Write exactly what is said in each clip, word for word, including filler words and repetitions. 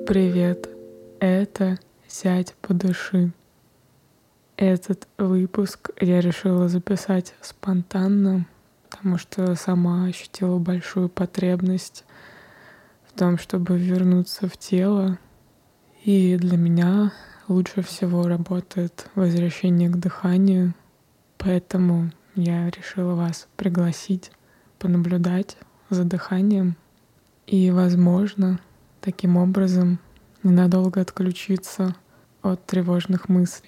Привет, это «Сядь, подыши». Этот выпуск я решила записать спонтанно, потому что сама ощутила большую потребность в том, чтобы вернуться в тело. И для меня лучше всего работает возвращение к дыханию, поэтому я решила вас пригласить понаблюдать за дыханием и, возможно, таким образом ненадолго отключиться от тревожных мыслей.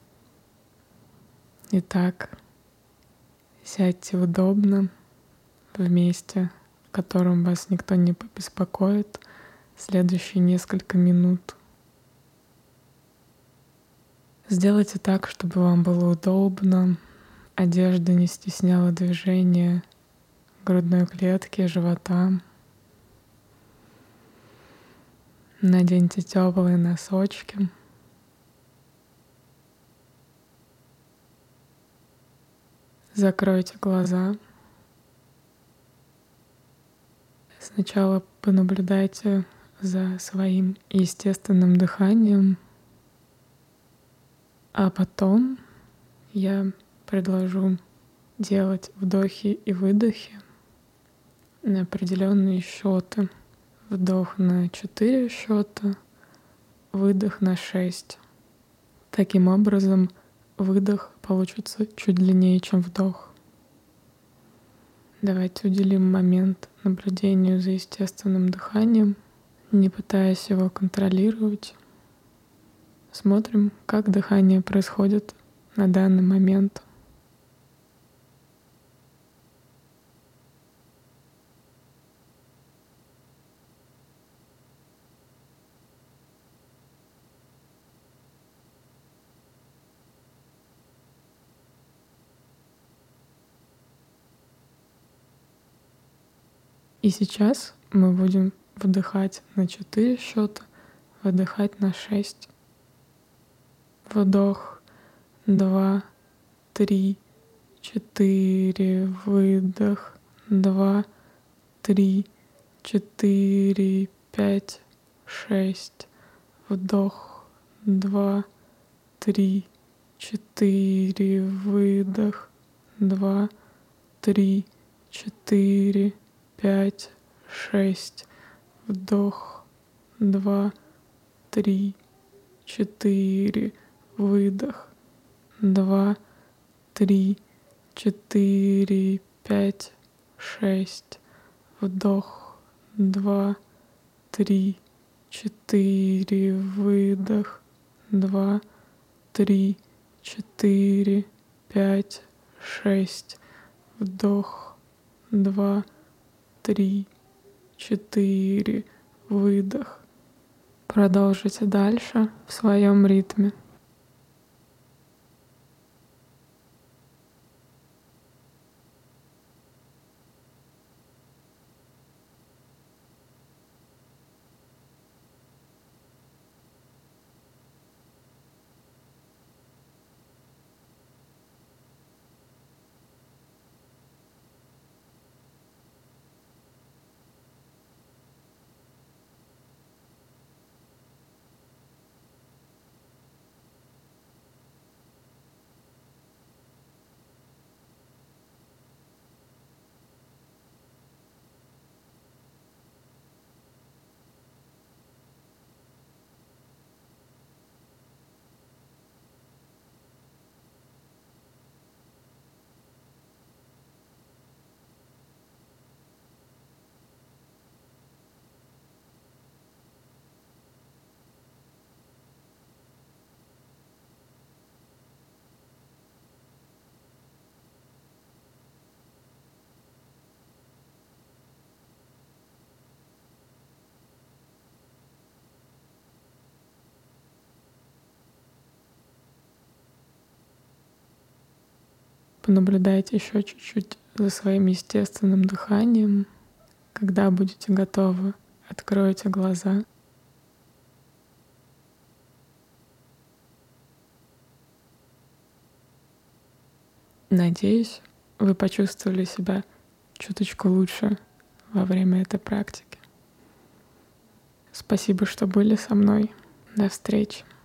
Итак, сядьте удобно в месте, в котором вас никто не побеспокоит следующие несколько минут. Сделайте так, чтобы вам было удобно, одежда не стесняла движения грудной клетки, живота. Наденьте теплые носочки. Закройте глаза. Сначала понаблюдайте за своим естественным дыханием, а потом я предложу делать вдохи и выдохи на определенные счеты. Вдох на четыре счета, выдох на шесть. Таким образом, выдох получится чуть длиннее, чем вдох. Давайте уделим момент наблюдению за естественным дыханием, не пытаясь его контролировать. Смотрим, как дыхание происходит на данный момент. И сейчас мы будем вдыхать на четыре счета, выдыхать на шесть. Вдох, два, три, четыре, выдох, два, три, четыре, пять, шесть. Вдох, два, три, четыре, выдох, два, три, четыре, пять, шесть. Вдох, два, три, четыре, выдох, два, три, четыре, пять, шесть. Вдох, два, три, четыре, выдох, два, три, четыре, пять, шесть. Вдох, два, три, четыре, выдох. Продолжите дальше в своем ритме. Понаблюдайте еще чуть-чуть за своим естественным дыханием. Когда будете готовы, откройте глаза. Надеюсь, вы почувствовали себя чуточку лучше во время этой практики. Спасибо, что были со мной. До встречи.